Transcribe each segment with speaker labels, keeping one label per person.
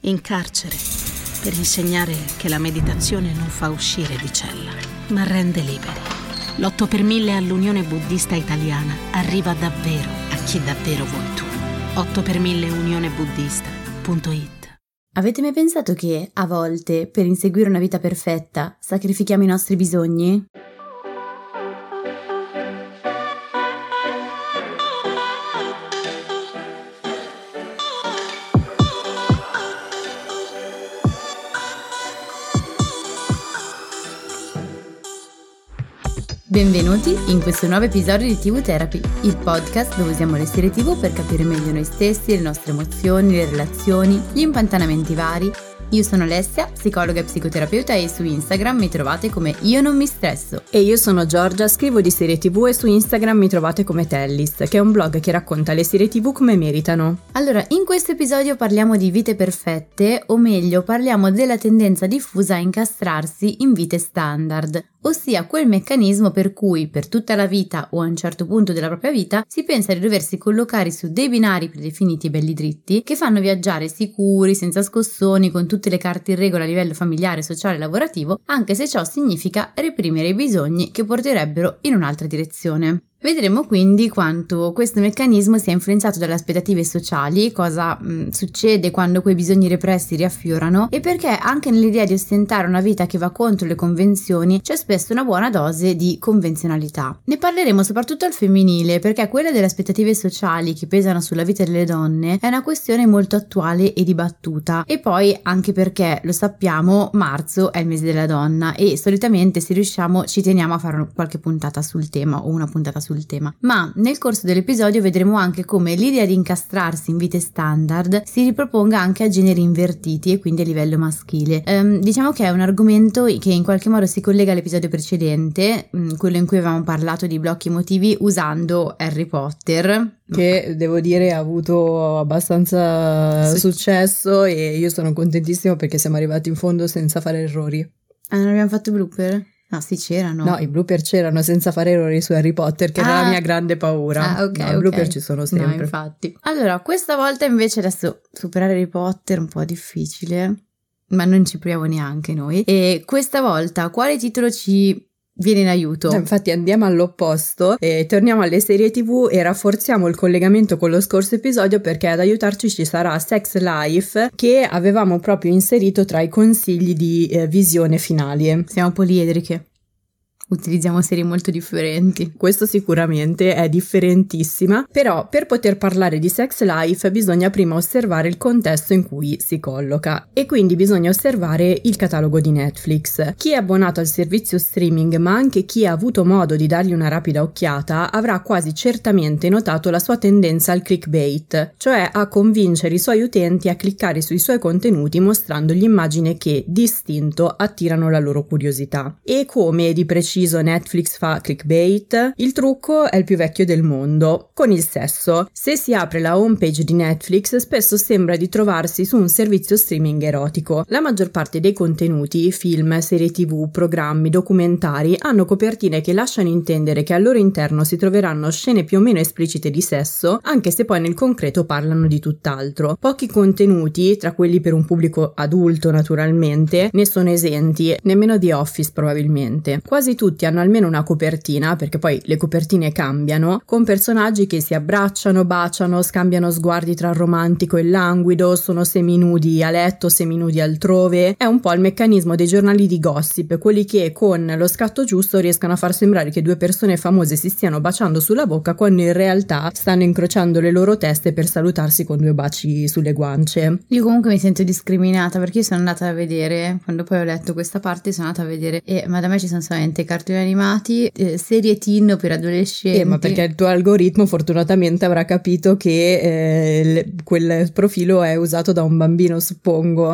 Speaker 1: in carcere per insegnare che la meditazione non fa uscire di cella, ma rende liberi. L'8 per 1000 all'Unione Buddista Italiana arriva davvero a chi davvero vuoi tu. 8 per 1000 unionebuddista.it.
Speaker 2: Avete mai pensato che, a volte, per inseguire una vita perfetta, sacrifichiamo i nostri bisogni? Benvenuti in questo nuovo episodio di TV Therapy, il podcast dove usiamo le serie TV per capire meglio noi stessi, le nostre emozioni, le relazioni, gli impantanamenti vari. Io sono Alessia, psicologa e psicoterapeuta, e su Instagram mi trovate come Io Non Mi Stresso.
Speaker 3: E io sono Giorgia, scrivo di serie TV e su Instagram mi trovate come Tellis, che è un blog che racconta le serie TV come meritano.
Speaker 2: Allora, in questo episodio parliamo di vite perfette, o meglio parliamo della tendenza diffusa a incastrarsi in vite standard, ossia quel meccanismo per cui per tutta la vita o a un certo punto della propria vita si pensa di doversi collocare su dei binari predefiniti belli dritti che fanno viaggiare sicuri, senza scossoni, con tutte le carte in regola a livello familiare, sociale e lavorativo, anche se ciò significa reprimere i bisogni che porterebbero in un'altra direzione. Vedremo quindi quanto questo meccanismo sia influenzato dalle aspettative sociali, cosa succede quando quei bisogni repressi riaffiorano e perché anche nell'idea di ostentare una vita che va contro le convenzioni c'è spesso una buona dose di convenzionalità. Ne parleremo soprattutto al femminile perché quella delle aspettative sociali che pesano sulla vita delle donne è una questione molto attuale e dibattuta, e poi anche perché, lo sappiamo, marzo è il mese della donna e solitamente, se riusciamo, ci teniamo a fare qualche puntata sul tema o una puntata sul tema, ma nel corso dell'episodio vedremo anche come l'idea di incastrarsi in vite standard si riproponga anche a generi invertiti e quindi a livello maschile. Diciamo che è un argomento che in qualche modo si collega all'episodio precedente, quello in cui avevamo parlato di blocchi emotivi usando Harry Potter,
Speaker 3: che devo dire ha avuto abbastanza successo e io sono contentissima perché siamo arrivati in fondo senza fare errori.
Speaker 2: Non abbiamo fatto blooper? No, sì, c'erano.
Speaker 3: No, i blooper c'erano senza fare errori su Harry Potter, che era la mia grande paura.
Speaker 2: Ok,
Speaker 3: I blooper ci sono sempre.
Speaker 2: No, infatti. Allora, questa volta invece, adesso superare Harry Potter è un po' difficile, ma non ci proviamo neanche noi. E questa volta quale titolo ci viene in aiuto?
Speaker 3: Infatti andiamo all'opposto e torniamo alle serie TV e rafforziamo il collegamento con lo scorso episodio, perché ad aiutarci ci sarà Sex Life, che avevamo proprio inserito tra i consigli di visione finali.
Speaker 2: Siamo poliedriche, utilizziamo serie molto differenti.
Speaker 3: Questo sicuramente è differentissima, però per poter parlare di Sex Life bisogna prima osservare il contesto in cui si colloca e quindi bisogna osservare il catalogo di Netflix. Chi è abbonato al servizio streaming, ma anche chi ha avuto modo di dargli una rapida occhiata, avrà quasi certamente notato la sua tendenza al clickbait, cioè a convincere i suoi utenti a cliccare sui suoi contenuti mostrandogli immagini che, distinto, attirano la loro curiosità. E come di preciso Netflix fa clickbait? Il trucco è il più vecchio del mondo, con il sesso. Se si apre la homepage di Netflix, spesso sembra di trovarsi su un servizio streaming erotico. La maggior parte dei contenuti, film, serie TV, programmi, documentari, hanno copertine che lasciano intendere che al loro interno si troveranno scene più o meno esplicite di sesso, anche se poi nel concreto parlano di tutt'altro. Pochi contenuti, tra quelli per un pubblico adulto naturalmente, ne sono esenti, nemmeno The Office probabilmente. Quasi tutti hanno almeno una copertina, perché poi le copertine cambiano, con personaggi che si abbracciano, baciano, scambiano sguardi tra romantico e languido, sono seminudi a letto, seminudi altrove. È un po' il meccanismo dei giornali di gossip, quelli che con lo scatto giusto riescono a far sembrare che due persone famose si stiano baciando sulla bocca quando in realtà stanno incrociando le loro teste per salutarsi con 2 baci sulle guance.
Speaker 2: Io comunque mi sento discriminata perché io sono andata a vedere, quando poi ho letto questa parte sono andata a vedere ma da me ci sono solamente cartoni animati, serie teen per adolescenti.
Speaker 3: Ma perché il tuo algoritmo fortunatamente avrà capito che quel profilo è usato da un bambino, suppongo.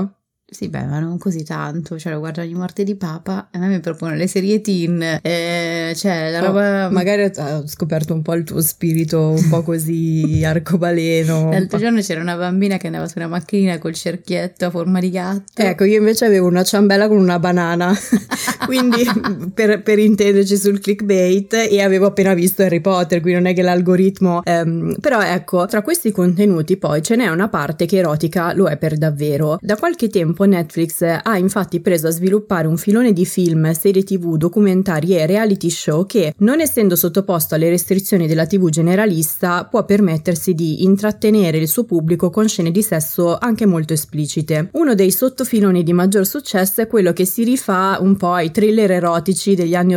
Speaker 2: Sì, beh, ma non così tanto, cioè lo guardo ogni morte di papa e a me mi propongono le serie teen, cioè la roba...
Speaker 3: Magari ho scoperto un po' il tuo spirito un po' così arcobaleno.
Speaker 2: L'altro giorno c'era una bambina che andava su una macchinina col cerchietto a forma di gatto.
Speaker 3: Ecco, io invece avevo una ciambella con una banana, quindi per intenderci sul clickbait, e avevo appena visto Harry Potter, quindi non è che l'algoritmo... però ecco, tra questi contenuti poi ce n'è una parte che erotica lo è per davvero. Da qualche tempo Netflix ha infatti preso a sviluppare un filone di film, serie TV, documentari e reality show che, non essendo sottoposto alle restrizioni della TV generalista, può permettersi di intrattenere il suo pubblico con scene di sesso anche molto esplicite. Uno dei sottofiloni di maggior successo è quello che si rifà un po' ai thriller erotici degli anni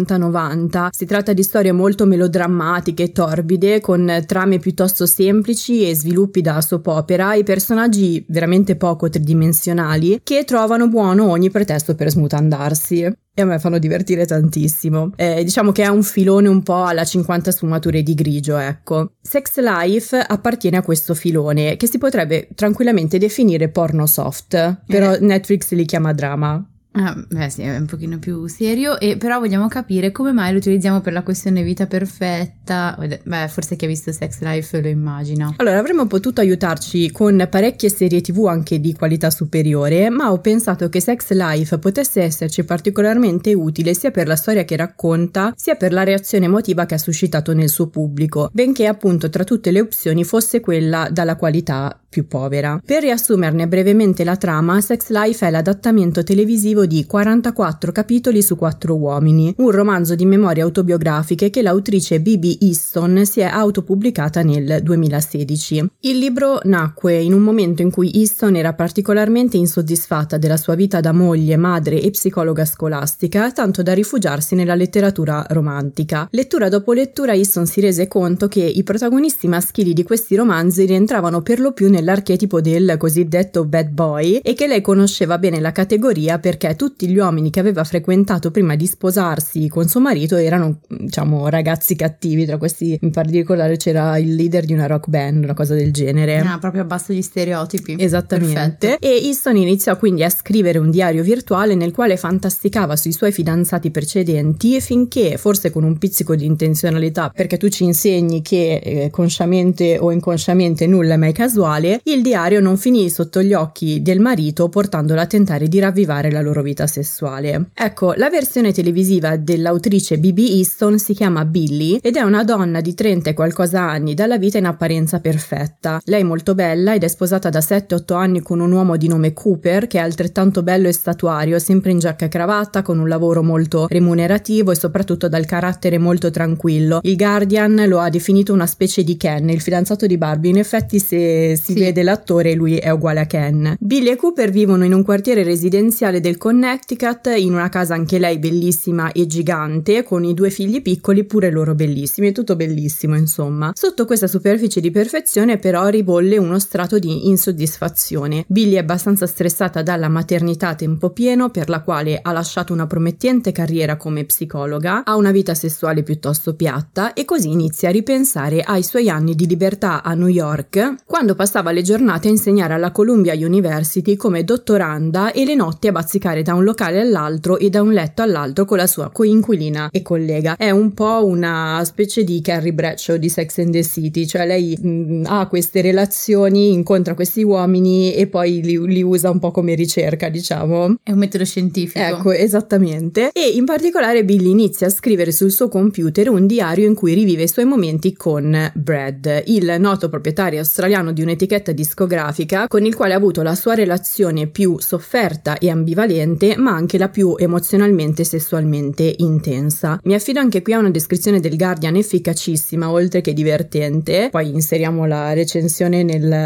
Speaker 3: 80-90. Si tratta di storie molto melodrammatiche e torbide, con trame piuttosto semplici e sviluppi da soap opera e personaggi veramente poco tridimensionali che trovano buono ogni pretesto per smutandarsi. E a me fanno divertire tantissimo. Diciamo che è un filone un po' alla 50 sfumature di grigio, ecco. Sex Life appartiene a questo filone, che si potrebbe tranquillamente definire porno soft, però Netflix li chiama drama.
Speaker 2: Beh sì, è un pochino più serio, e però vogliamo capire come mai lo utilizziamo per la questione vita perfetta. Beh, forse chi ha visto Sex Life lo immagina.
Speaker 3: Allora, avremmo potuto aiutarci con parecchie serie TV anche di qualità superiore, ma ho pensato che Sex Life potesse esserci particolarmente utile sia per la storia che racconta, sia per la reazione emotiva che ha suscitato nel suo pubblico, benché appunto tra tutte le opzioni fosse quella dalla qualità più povera. Per riassumerne brevemente la trama, Sex Life è l'adattamento televisivo di 44 capitoli su 4 uomini, un romanzo di memorie autobiografiche che l'autrice Bibi Easton si è autopubblicata nel 2016. Il libro nacque in un momento in cui Easton era particolarmente insoddisfatta della sua vita da moglie, madre e psicologa scolastica, tanto da rifugiarsi nella letteratura romantica. Lettura dopo lettura Easton si rese conto che i protagonisti maschili di questi romanzi rientravano per lo più nell'archetipo del cosiddetto bad boy, e che lei conosceva bene la categoria perché tutti gli uomini che aveva frequentato prima di sposarsi con suo marito erano, diciamo, ragazzi cattivi. Tra questi mi pare di ricordare c'era il leader di una rock band, una cosa del genere.
Speaker 2: Proprio abbasso gli stereotipi.
Speaker 3: Esattamente. Perfetto. E Easton iniziò quindi a scrivere un diario virtuale nel quale fantasticava sui suoi fidanzati precedenti, finché, forse con un pizzico di intenzionalità, perché tu ci insegni che consciamente o inconsciamente nulla è mai casuale, il diario non finì sotto gli occhi del marito, portandolo a tentare di ravvivare la loro vita sessuale. Ecco, la versione televisiva dell'autrice Bibi Easton si chiama Billie ed è una donna di 30 e qualcosa anni, dalla vita in apparenza perfetta. Lei è molto bella ed è sposata da 7-8 anni con un uomo di nome Cooper, che è altrettanto bello e statuario, sempre in giacca e cravatta, con un lavoro molto remunerativo e soprattutto dal carattere molto tranquillo. Il Guardian lo ha definito una specie di Ken, il fidanzato di Barbie. In effetti, se si vede l'attore, lui è uguale a Ken. Billie e Cooper vivono in un quartiere residenziale del Connecticut, in una casa anche lei bellissima e gigante, con i 2 figli piccoli pure loro bellissimi, è tutto bellissimo insomma. Sotto questa superficie di perfezione però ribolle uno strato di insoddisfazione. Billie è abbastanza stressata dalla maternità a tempo pieno, per la quale ha lasciato una promettente carriera come psicologa, ha una vita sessuale piuttosto piatta e così inizia a ripensare ai suoi anni di libertà a New York, quando passava le giornate a insegnare alla Columbia University come dottoranda e le notti a bazzicare da un locale all'altro e da un letto all'altro con la sua coinquilina e collega. È un po' una specie di Carrie Bradshaw di Sex and the City, cioè lei ha queste relazioni, incontra questi uomini e poi li usa un po' come ricerca, diciamo.
Speaker 2: È un metodo scientifico.
Speaker 3: Ecco, esattamente. E in particolare Billie inizia a scrivere sul suo computer un diario in cui rivive i suoi momenti con Brad, il noto proprietario australiano di un'etichetta discografica con il quale ha avuto la sua relazione più sofferta e ambivalente, ma anche la più emozionalmente e sessualmente intensa. Mi affido anche qui a una descrizione del Guardian efficacissima, oltre che divertente. Poi inseriamo la recensione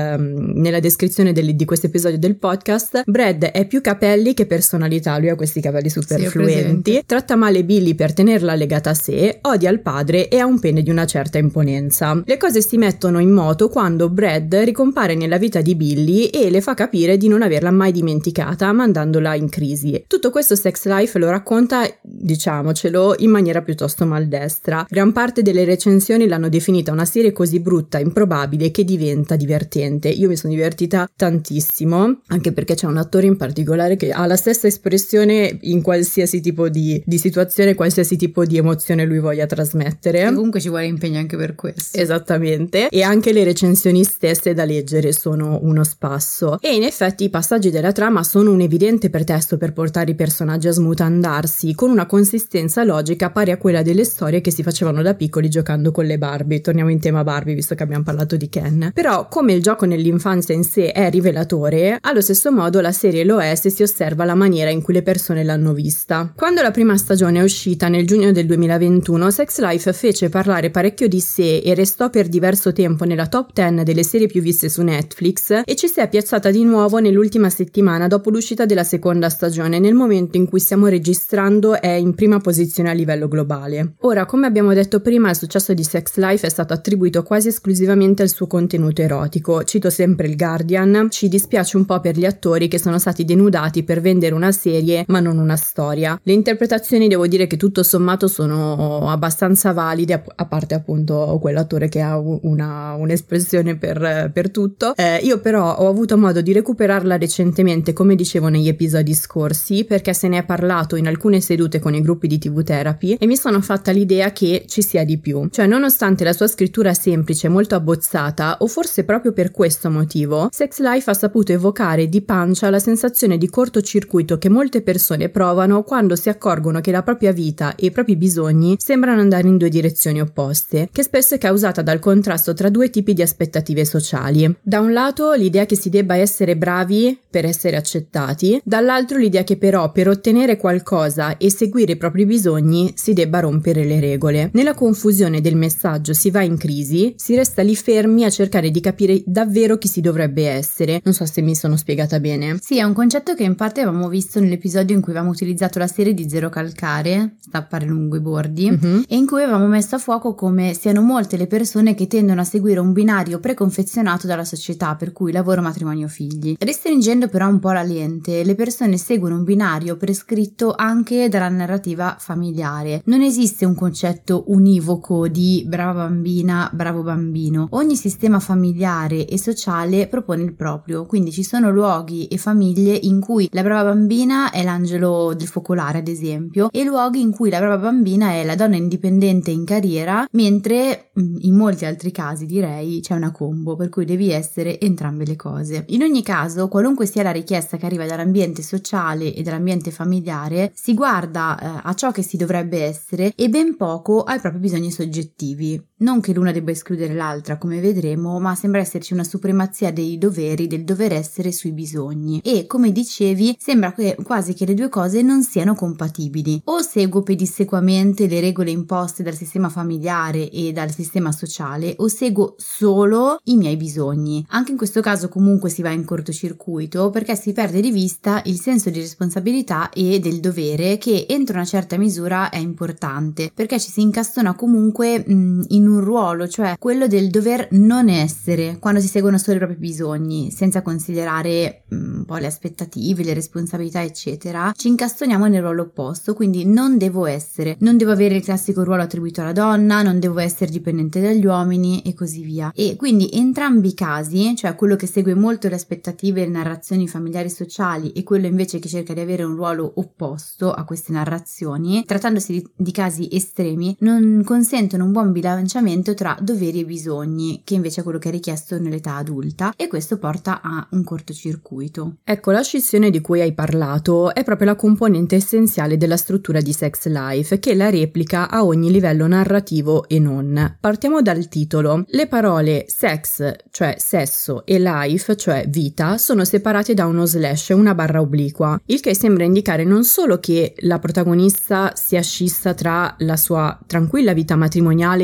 Speaker 3: nella descrizione di questo episodio del podcast. Brad è più capelli che personalità, lui ha questi capelli super fluenti, tratta male Billie per tenerla legata a sé, odia il padre e ha un pene di una certa imponenza. Le cose si mettono in moto quando Brad ricompare compare nella vita di Billy e le fa capire di non averla mai dimenticata, mandandola in crisi. Tutto questo Sex Life lo racconta, diciamocelo, in maniera piuttosto maldestra. Gran parte delle recensioni l'hanno definita una serie così brutta, improbabile, che diventa divertente. Io mi sono divertita tantissimo, anche perché c'è un attore in particolare che ha la stessa espressione in qualsiasi tipo di situazione, qualsiasi tipo di emozione lui voglia trasmettere.
Speaker 2: E comunque ci vuole impegno anche per questo.
Speaker 3: Esattamente. E anche le recensioni stesse da leggere sono uno spasso. E in effetti i passaggi della trama sono un evidente pretesto per portare i personaggi a smutandarsi, con una consistenza logica pari a quella delle storie che si facevano da piccoli giocando con le Barbie. Torniamo in tema Barbie, visto che abbiamo parlato di Ken. Però, come il gioco nell'infanzia in sé è rivelatore, allo stesso modo la serie lo è se si osserva la maniera in cui le persone l'hanno vista. Quando la prima stagione è uscita nel giugno del 2021, Sex Life fece parlare parecchio di sé e restò per diverso tempo nella top 10 delle serie più viste su Netflix, e ci si è piazzata di nuovo nell'ultima settimana dopo l'uscita della seconda stagione. Nel momento in cui stiamo registrando è in prima posizione a livello globale. Ora, come abbiamo detto prima, il successo di Sex Life è stato attribuito quasi esclusivamente al suo contenuto erotico. Cito sempre il Guardian: ci dispiace un po' per gli attori che sono stati denudati per vendere una serie ma non una storia. Le interpretazioni, devo dire che tutto sommato sono abbastanza valide, a parte appunto quell'attore che ha un'espressione per tutto. Io però ho avuto modo di recuperarla recentemente, come dicevo negli episodi scorsi, perché se ne è parlato in alcune sedute con i gruppi di TV Therapy e mi sono fatta l'idea che ci sia di più. Cioè, nonostante la sua scrittura semplice, molto abbozzata, o forse proprio per questo motivo, Sex Life ha saputo evocare di pancia la sensazione di cortocircuito che molte persone provano quando si accorgono che la propria vita e i propri bisogni sembrano andare in due direzioni opposte, che spesso è causata dal contrasto tra due tipi di aspettative sociali. Da un lato l'idea che si debba essere bravi per essere accettati, dall'altro l'idea che però per ottenere qualcosa e seguire i propri bisogni si debba rompere le regole. Nella confusione del messaggio si va in crisi, si resta lì fermi a cercare di capire davvero chi si dovrebbe essere. Non so se mi sono spiegata bene.
Speaker 2: Sì, è un concetto che in parte avevamo visto nell'episodio in cui avevamo utilizzato la serie di Zero Calcare, stappare lungo i bordi, e in cui avevamo messo a fuoco come siano molte le persone che tendono a seguire un binario preconfezionato dalla società, per cui lavoro, matrimonio, figli. Restringendo però un po' la lente, le persone seguono un binario prescritto anche dalla narrativa familiare. Non esiste un concetto univoco di brava bambina, bravo bambino. Ogni sistema familiare e sociale propone il proprio, quindi ci sono luoghi e famiglie in cui la brava bambina è l'angelo del focolare, ad esempio, e luoghi in cui la brava bambina è la donna indipendente in carriera, mentre in molti altri casi, direi, c'è una combo, per cui devi essere entrambe le cose. In ogni caso, qualunque sia la richiesta che arriva dall'ambiente sociale e dall'ambiente familiare, si guarda a ciò che si dovrebbe essere e ben poco ai propri bisogni soggettivi. Non che l'una debba escludere l'altra, come vedremo, ma sembra esserci una supremazia dei doveri, del dover essere sui bisogni. E, come dicevi, sembra quasi che le due cose non siano compatibili. O seguo pedissequamente le regole imposte dal sistema familiare e dal sistema sociale, o seguo solo i miei bisogni. Anche in questo caso comunque si va in cortocircuito, perché si perde di vista il senso di responsabilità e del dovere, che entro una certa misura è importante, perché ci si incastona comunque in un ruolo, cioè quello del dover non essere, quando si seguono solo i propri bisogni, senza considerare un po' le aspettative, le responsabilità, eccetera. Ci incastoniamo nel ruolo opposto, quindi non devo essere, non devo avere il classico ruolo attribuito alla donna, non devo essere dipendente dagli uomini e così via. E quindi entrambi i casi, cioè quello che segue molto le aspettative e le narrazioni familiari sociali e quello invece che cerca di avere un ruolo opposto a queste narrazioni, trattandosi di casi estremi, non consentono un buon bilanciamento tra doveri e bisogni, che invece è quello che è richiesto nell'età adulta, e questo porta a un cortocircuito.
Speaker 3: Ecco, la scissione di cui hai parlato è proprio la componente essenziale della struttura di Sex Life, che la replica a ogni livello narrativo e non. Partiamo dal titolo. Le parole sex, cioè sesso, e life, cioè vita, sono separate da uno slash, una barra obliqua, il che sembra indicare non solo che la protagonista sia scissa tra la sua tranquilla vita matrimoniale e le appassioni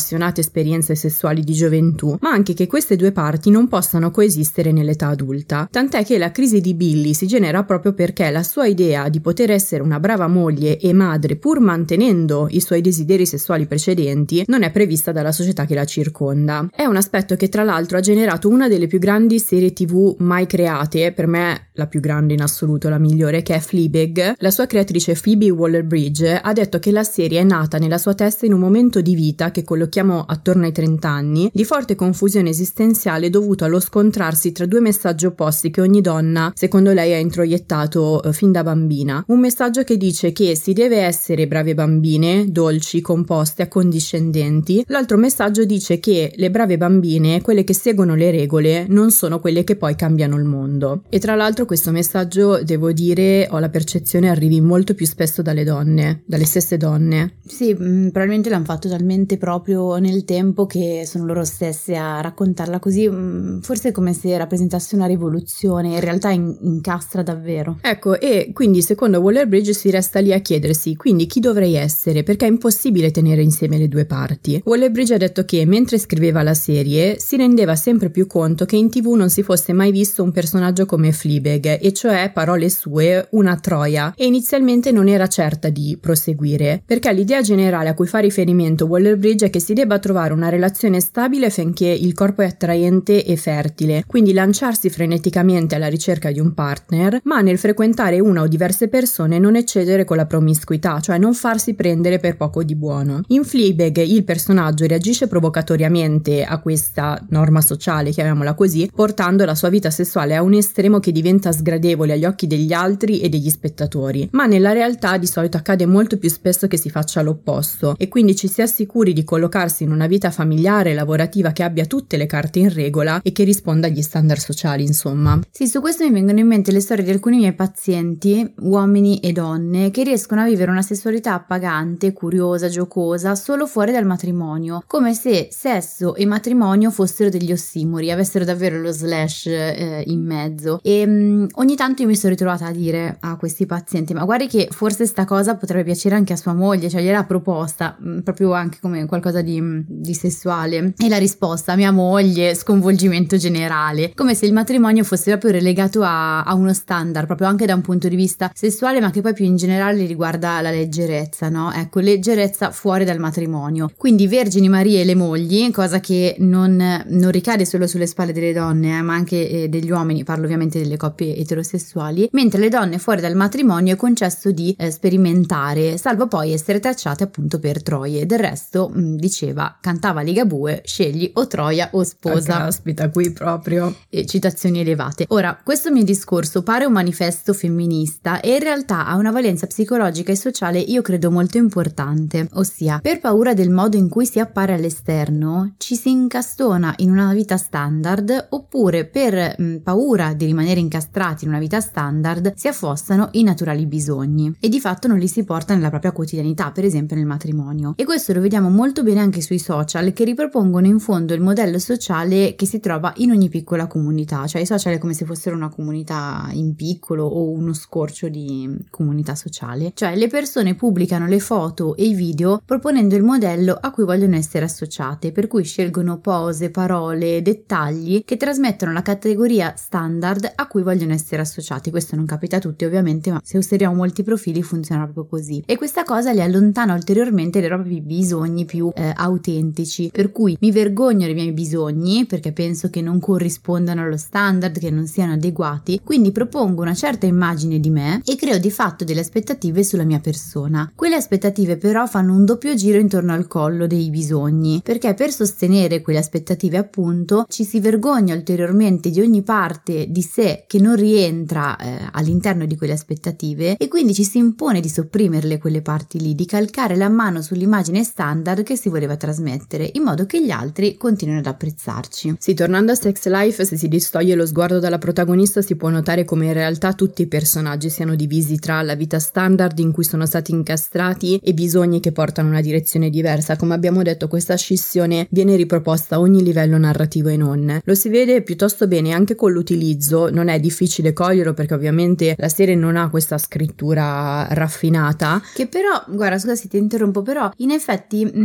Speaker 3: appassionate esperienze sessuali di gioventù, ma anche che queste due parti non possano coesistere nell'età adulta. Tant'è che la crisi di Billy si genera proprio perché la sua idea di poter essere una brava moglie e madre pur mantenendo i suoi desideri sessuali precedenti non è prevista dalla società che la circonda. È un aspetto che tra l'altro ha generato una delle più grandi serie TV mai create, per me la più grande in assoluto, la migliore, che è Fleabag. La sua creatrice Phoebe Waller-Bridge ha detto che la serie è nata nella sua testa in un momento di vita che collochiamo attorno ai 30 anni, di forte confusione esistenziale dovuto allo scontrarsi tra due messaggi opposti che ogni donna, secondo lei, ha introiettato fin da bambina. Un messaggio che dice che si deve essere brave bambine, dolci, composte, accondiscendenti. L'altro messaggio dice che le brave bambine, quelle che seguono le regole, non sono quelle che poi cambiano il mondo. E tra l'altro questo messaggio, devo dire, ho la percezione arrivi molto più spesso dalle donne, dalle stesse donne.
Speaker 2: Sì, probabilmente l'hanno fatto talmente proprio nel tempo che sono loro stesse a raccontarla così, forse come se rappresentasse una rivoluzione, in realtà incastra davvero.
Speaker 3: Ecco, e quindi secondo Waller-Bridge si resta lì a chiedersi quindi chi dovrei essere, perché è impossibile tenere insieme le due parti. Waller-Bridge ha detto che mentre scriveva la serie si rendeva sempre più conto che in TV non si fosse mai visto un personaggio come Fleabag, e cioè, parole sue, una troia, e inizialmente non era certa di proseguire, perché l'idea generale a cui fa riferimento Waller-Bridge è che si debba trovare una relazione stabile finché il corpo è attraente e fertile, quindi lanciarsi freneticamente alla ricerca di un partner, ma nel frequentare una o diverse persone non eccedere con la promiscuità, cioè non farsi prendere per poco di buono. In Fleabag il personaggio reagisce provocatoriamente a questa norma sociale, chiamiamola così, portando la sua vita sessuale a un estremo che diventa sgradevole agli occhi degli altri e degli spettatori, ma nella realtà di solito accade molto più spesso che si faccia l'opposto, e quindi ci si assicuri di collocarsi in una vita familiare e lavorativa che abbia tutte le carte in regola e che risponda agli standard sociali, insomma.
Speaker 2: Sì, su questo mi vengono in mente le storie di alcuni miei pazienti, uomini e donne, che riescono a vivere una sessualità appagante, curiosa, giocosa, solo fuori dal matrimonio, come se sesso e matrimonio fossero degli ossimori, avessero davvero lo slash in mezzo. E ogni tanto io mi sono ritrovata a dire a questi pazienti: ma guardi che forse sta cosa potrebbe piacere anche a sua moglie, cioè gliel'ha proposta proprio anche come qualcosa di sessuale, e la risposta: mia moglie, sconvolgimento generale, come se il matrimonio fosse proprio relegato a uno standard proprio anche da un punto di vista sessuale, ma che poi più in generale riguarda la leggerezza, no? Ecco, leggerezza fuori dal matrimonio, quindi Vergini Marie e le mogli, cosa che non ricade solo sulle spalle delle donne ma anche degli uomini, parlo ovviamente delle coppie eterosessuali, mentre le donne fuori dal matrimonio è concesso di sperimentare, salvo poi essere tracciate appunto per troie. Del resto, diceva, cantava Ligabue, scegli o troia o sposa.
Speaker 3: Caspita, qui proprio.
Speaker 2: E citazioni elevate. Ora, questo mio discorso pare un manifesto femminista e in realtà ha una valenza psicologica e sociale, io credo, molto importante, ossia, per paura del modo in cui si appare all'esterno ci si incastona in una vita standard, oppure per paura di rimanere incastrati in una vita standard si affossano i naturali bisogni e di fatto non li si porta nella propria quotidianità, per esempio nel matrimonio. E questo lo vediamo molto bene anche sui social, che ripropongono in fondo il modello sociale che si trova in ogni piccola comunità, cioè i social è come se fossero una comunità in piccolo o uno scorcio di comunità sociale, cioè le persone pubblicano le foto e i video proponendo il modello a cui vogliono essere associate, per cui scelgono pose, parole, dettagli che trasmettono la categoria standard a cui vogliono essere associati. Questo non capita a tutti ovviamente, ma se osserviamo molti profili funziona proprio così, e questa cosa li allontana ulteriormente dai propri bisogni più autentici, per cui mi vergogno dei miei bisogni perché penso che non corrispondano allo standard, che non siano adeguati, quindi propongo una certa immagine di me e creo di fatto delle aspettative sulla mia persona. Quelle aspettative però fanno un doppio giro intorno al collo dei bisogni, perché per sostenere quelle aspettative appunto ci si vergogna ulteriormente di ogni parte di sé che non rientra all'interno di quelle aspettative, e quindi ci si impone di sopprimerle quelle parti lì, di calcare la mano sull'immagine standard che si voleva trasmettere, in modo che gli altri continuino ad apprezzarci.
Speaker 3: Sì, tornando a Sex Life, se si distoglie lo sguardo dalla protagonista si può notare come in realtà tutti i personaggi siano divisi tra la vita standard in cui sono stati incastrati e bisogni che portano una direzione diversa. Come abbiamo detto, questa scissione viene riproposta a ogni livello narrativo e non. Lo si vede piuttosto bene anche con l'utilizzo, non è difficile coglierlo perché ovviamente la serie non ha questa scrittura raffinata,
Speaker 2: che però, guarda, scusa se ti interrompo, però in effetti non aveva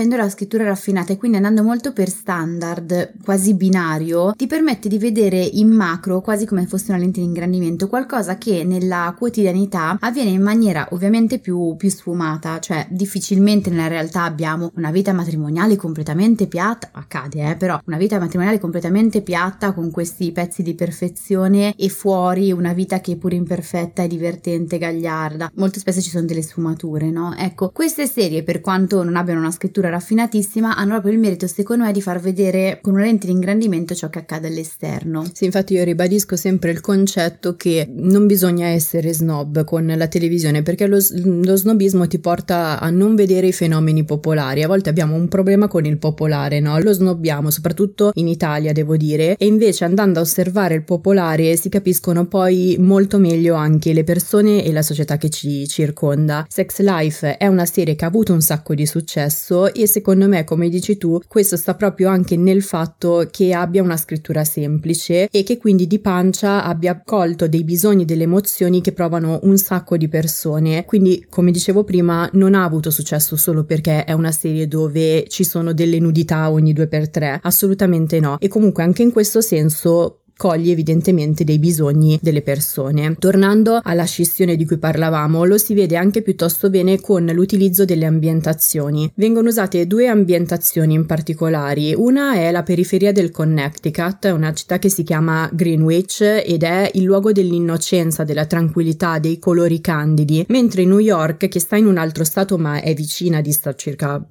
Speaker 2: avendo la scrittura raffinata e quindi andando molto per standard quasi binario, ti permette di vedere in macro, quasi come fosse una lente di ingrandimento, qualcosa che nella quotidianità avviene in maniera ovviamente più sfumata, cioè difficilmente nella realtà abbiamo una vita matrimoniale completamente piatta, accade però una vita matrimoniale completamente piatta con questi pezzi di perfezione e fuori una vita che è pure imperfetta e divertente, gagliarda. Molto spesso ci sono delle sfumature, no? Ecco, queste serie, per quanto non abbiano una scrittura raffinatissima, hanno proprio il merito secondo me di far vedere con una lente di ingrandimento ciò che accade all'esterno.
Speaker 3: Sì, infatti io ribadisco sempre il concetto che non bisogna essere snob con la televisione, perché lo snobismo ti porta a non vedere i fenomeni popolari. A volte abbiamo un problema con il popolare, no? Lo snobbiamo, soprattutto in Italia devo dire, e invece andando a osservare il popolare si capiscono poi molto meglio anche le persone e la società che ci circonda. Sex Life è una serie che ha avuto un sacco di successo e secondo me, come dici tu, questo sta proprio anche nel fatto che abbia una scrittura semplice e che quindi di pancia abbia colto dei bisogni, delle emozioni che provano un sacco di persone. Quindi, come dicevo prima, non ha avuto successo solo perché è una serie dove ci sono delle nudità ogni 2x3, assolutamente no. E comunque anche in questo senso coglie evidentemente dei bisogni delle persone. Tornando alla scissione di cui parlavamo, lo si vede anche piuttosto bene con l'utilizzo delle ambientazioni. Vengono usate due ambientazioni in particolari. Una è la periferia del Connecticut, una città che si chiama Greenwich ed è il luogo dell'innocenza, della tranquillità, dei colori candidi, mentre New York, che sta in un altro stato ma è vicina, dista circa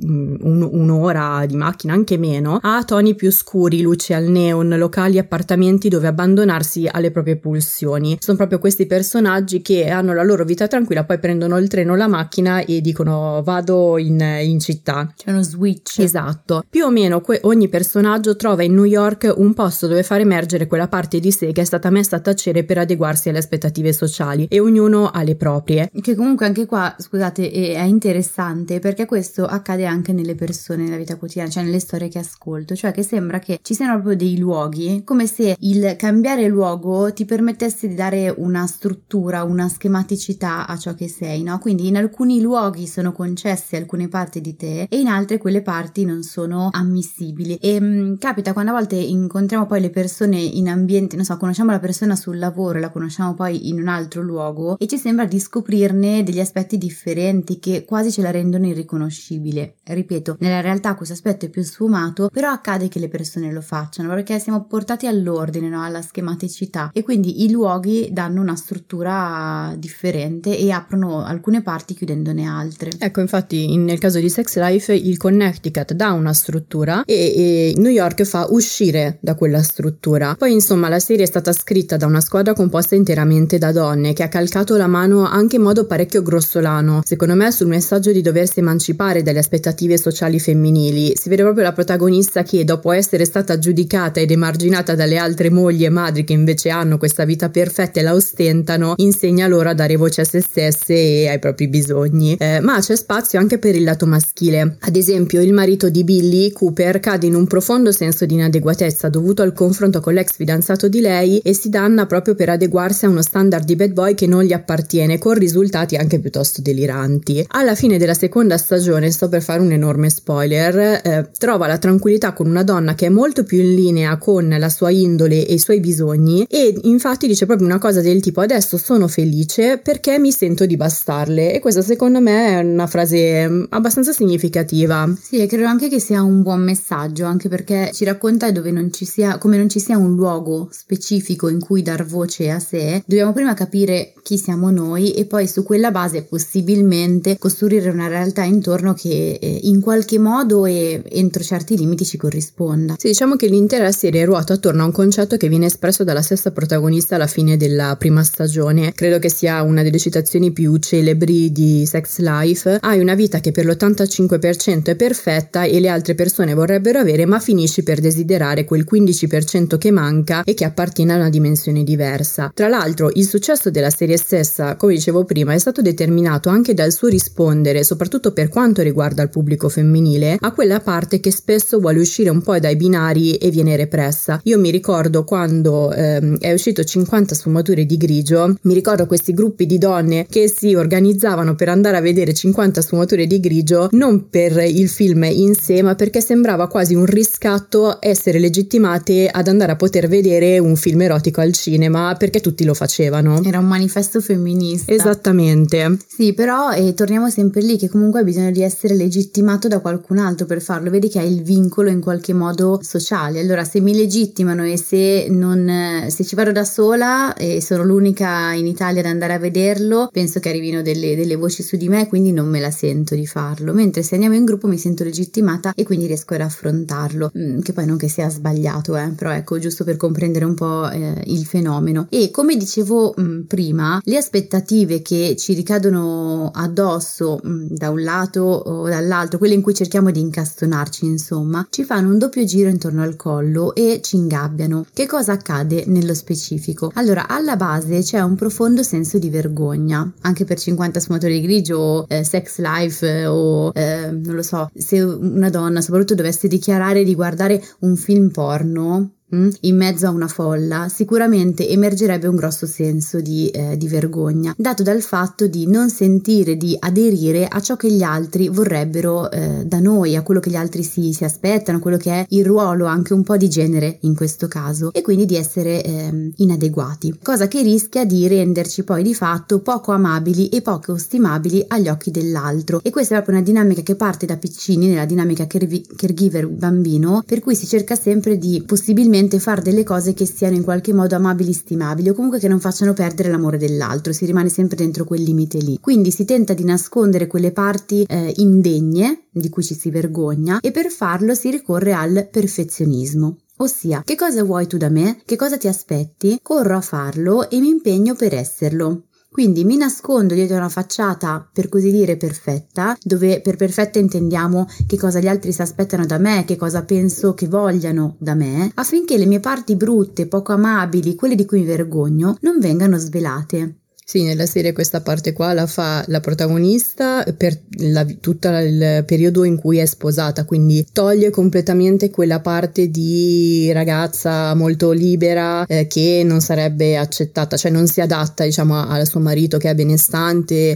Speaker 3: un'ora di macchina, anche meno, ha toni più scuri, luci al neon, locali e appartamenti dove abbandonarsi alle proprie pulsioni. Sono proprio questi personaggi che hanno la loro vita tranquilla, poi prendono il treno, la macchina e dicono vado in città.
Speaker 2: C'è uno switch.
Speaker 3: Esatto. Più o meno ogni personaggio trova in New York un posto dove far emergere quella parte di sé che è stata messa a tacere per adeguarsi alle aspettative sociali, e ognuno ha le proprie.
Speaker 2: Che comunque anche qua, scusate, è interessante perché questo accade anche nelle persone nella vita quotidiana, cioè nelle storie che ascolto, cioè che sembra che ci siano proprio dei luoghi, come se il cambiare luogo ti permettesse di dare una struttura, una schematicità a ciò che sei, no? Quindi in alcuni luoghi sono concesse alcune parti di te e in altre quelle parti non sono ammissibili. E capita quando a volte incontriamo poi le persone in ambienti, non so, conosciamo la persona sul lavoro e la conosciamo poi in un altro luogo e ci sembra di scoprirne degli aspetti differenti che quasi ce la rendono irriconoscibile. Ripeto, nella realtà questo aspetto è più sfumato, però accade che le persone lo facciano perché siamo portati all'ordine, no? Alla schematicità, e quindi i luoghi danno una struttura differente e aprono alcune parti chiudendone altre.
Speaker 3: Ecco, infatti nel caso di Sex Life il Connecticut dà una struttura e New York fa uscire da quella struttura. Poi insomma la serie è stata scritta da una squadra composta interamente da donne che ha calcato la mano anche in modo parecchio grossolano, secondo me, sul messaggio di doversi emancipare dalle aspettative sociali femminili. Si vede proprio la protagonista che, dopo essere stata giudicata ed emarginata dalle altre mogli e madri che invece hanno questa vita perfetta e la ostentano, insegna loro a dare voce a se stesse e ai propri bisogni. Ma c'è spazio anche per il lato maschile. Ad esempio il marito di Billy, Cooper, cade in un profondo senso di inadeguatezza dovuto al confronto con l'ex fidanzato di lei e si danna proprio per adeguarsi a uno standard di bad boy che non gli appartiene, con risultati anche piuttosto deliranti. Alla fine della seconda stagione, sto per fare un enorme spoiler, trova la tranquillità con una donna che è molto più in linea con la sua indole e i suoi bisogni, e infatti dice proprio una cosa del tipo: adesso sono felice perché mi sento di bastarle. E questa secondo me è una frase abbastanza significativa.
Speaker 2: Sì, e credo anche che sia un buon messaggio, anche perché ci racconta dove non ci sia, come non ci sia un luogo specifico in cui dar voce a sé. Dobbiamo prima capire chi siamo noi e poi su quella base possibilmente costruire una realtà intorno che in qualche modo e entro certi limiti ci corrisponda.
Speaker 3: Sì, diciamo che l'intera serie ruota attorno a un concetto che viene espresso dalla stessa protagonista alla fine della prima stagione. Credo che sia una delle citazioni più celebri di Sex Life: hai una vita che per l'85% è perfetta e le altre persone vorrebbero avere, ma finisci per desiderare quel 15% che manca e che appartiene a una dimensione diversa. Tra l'altro il successo della serie stessa, come dicevo prima, è stato determinato anche dal suo rispondere, soprattutto per quanto riguarda il pubblico femminile, a quella parte che spesso vuole uscire un po' dai binari e viene repressa. Io mi ricordo quando è uscito 50 sfumature di grigio, mi ricordo questi gruppi di donne che si organizzavano per andare a vedere 50 sfumature di grigio, non per il film in sé, ma perché sembrava quasi un riscatto essere legittimate ad andare a poter vedere un film erotico al cinema, perché tutti lo facevano.
Speaker 2: Era un manifesto femminista.
Speaker 3: Esattamente.
Speaker 2: Sì, però torniamo sempre lì, che comunque hai bisogno di essere legittimato da qualcun altro per farlo. Vedi che hai il vincolo in qualche modo sociale. Allora, se mi legittimano e se ci vado da sola e sono l'unica in Italia ad andare a vederlo, penso che arrivino delle voci su di me, quindi non me la sento di farlo. Mentre se andiamo in gruppo mi sento legittimata e quindi riesco ad affrontarlo, che poi non che sia sbagliato, però ecco, giusto per comprendere un po' il fenomeno. E come dicevo prima, le aspettative che ci ricadono addosso da un lato o dall'altro, quelle in cui cerchiamo di incastonarci, insomma, ci fanno un doppio giro intorno al collo e ci ingabbiano. Che cosa accade nello specifico? Allora, alla base c'è un profondo senso di vergogna, anche per 50 sfumature di grigio o Sex Life o non lo so, se una donna soprattutto dovesse dichiarare di guardare un film porno in mezzo a una folla, sicuramente emergerebbe un grosso senso di vergogna, dato dal fatto di non sentire di aderire a ciò che gli altri vorrebbero da noi, a quello che gli altri si aspettano, quello che è il ruolo anche un po' di genere in questo caso, e quindi di essere inadeguati, cosa che rischia di renderci poi di fatto poco amabili e poco stimabili agli occhi dell'altro. E questa è proprio una dinamica che parte da piccini, nella dinamica caregiver bambino, per cui si cerca sempre di possibilmente fare delle cose che siano in qualche modo amabili, stimabili, o comunque che non facciano perdere l'amore dell'altro. Si rimane sempre dentro quel limite lì, quindi si tenta di nascondere quelle parti indegne di cui ci si vergogna, e per farlo si ricorre al perfezionismo. Ossia, che cosa vuoi tu da me? Che cosa ti aspetti? Corro a farlo e mi impegno per esserlo. Quindi mi nascondo dietro una facciata, per così dire, perfetta, dove per perfetta intendiamo che cosa gli altri si aspettano da me, che cosa penso che vogliano da me, affinché le mie parti brutte, poco amabili, quelle di cui mi vergogno, non vengano svelate.
Speaker 3: Sì, nella serie questa parte qua la fa la protagonista per tutto il periodo in cui è sposata, quindi toglie completamente quella parte di ragazza molto libera che non sarebbe accettata, cioè non si adatta, diciamo, al suo marito che è benestante,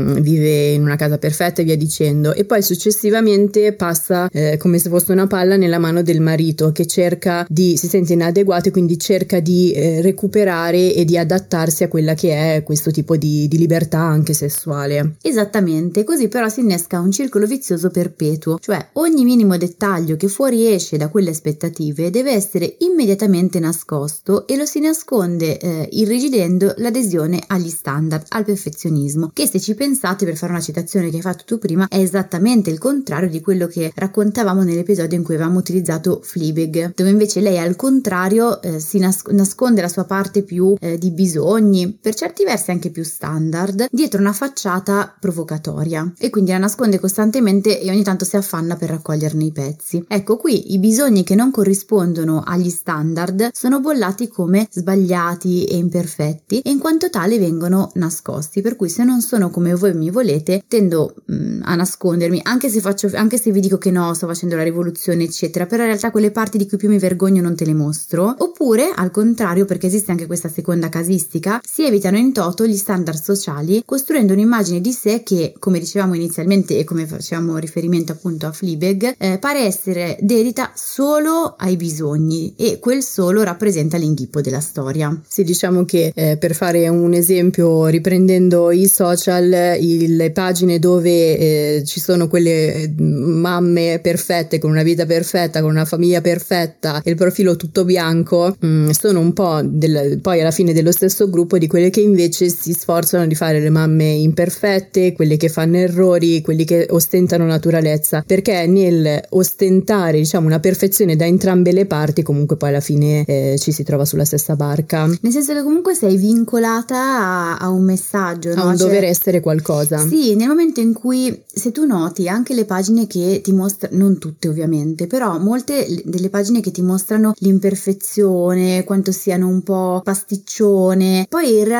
Speaker 3: vive in una casa perfetta e via dicendo, e poi successivamente passa come se fosse una palla nella mano del marito, che si sente inadeguato e quindi cerca di recuperare e di adattarsi a quella che è questo tipo di libertà anche sessuale.
Speaker 2: Esattamente, così però si innesca un circolo vizioso perpetuo, cioè ogni minimo dettaglio che fuoriesce da quelle aspettative deve essere immediatamente nascosto, e lo si nasconde irrigidendo l'adesione agli standard, al perfezionismo, che, se ci pensate, per fare una citazione che hai fatto tu prima, è esattamente il contrario di quello che raccontavamo nell'episodio in cui avevamo utilizzato Fleabag, dove invece lei al contrario si nasconde la sua parte più di bisogni, per certi versi anche più standard, dietro una facciata provocatoria, e quindi la nasconde costantemente e ogni tanto si affanna per raccoglierne i pezzi. Ecco, qui i bisogni che non corrispondono agli standard sono bollati come sbagliati e imperfetti, e in quanto tale vengono nascosti, per cui se non sono come voi mi volete tendo a nascondermi, anche se vi dico che no, sto facendo la rivoluzione eccetera, però in realtà quelle parti di cui più mi vergogno non te le mostro. Oppure al contrario, perché esiste anche questa seconda casistica, si evitano in toto gli standard sociali, costruendo un'immagine di sé che, come dicevamo inizialmente e come facevamo riferimento appunto a Fleabag, pare essere dedita solo ai bisogni, e quel solo rappresenta l'inghippo della storia.
Speaker 3: Sì, diciamo che per fare un esempio, riprendendo i social, le pagine dove ci sono quelle mamme perfette, con una vita perfetta, con una famiglia perfetta e il profilo tutto bianco, sono un po' poi alla fine dello stesso gruppo di quelle che invece si sforzano di fare le mamme imperfette, quelle che fanno errori, quelli che ostentano naturalezza, perché nel ostentare, diciamo, una perfezione da entrambe le parti, comunque poi alla fine ci si trova sulla stessa barca.
Speaker 2: Nel senso che comunque sei vincolata a un messaggio,
Speaker 3: a un dover essere qualcosa.
Speaker 2: Sì, nel momento in cui, se tu noti anche le pagine che ti mostrano, non tutte ovviamente, però molte delle pagine che ti mostrano l'imperfezione, quanto siano un po' pasticcione, poi in realtà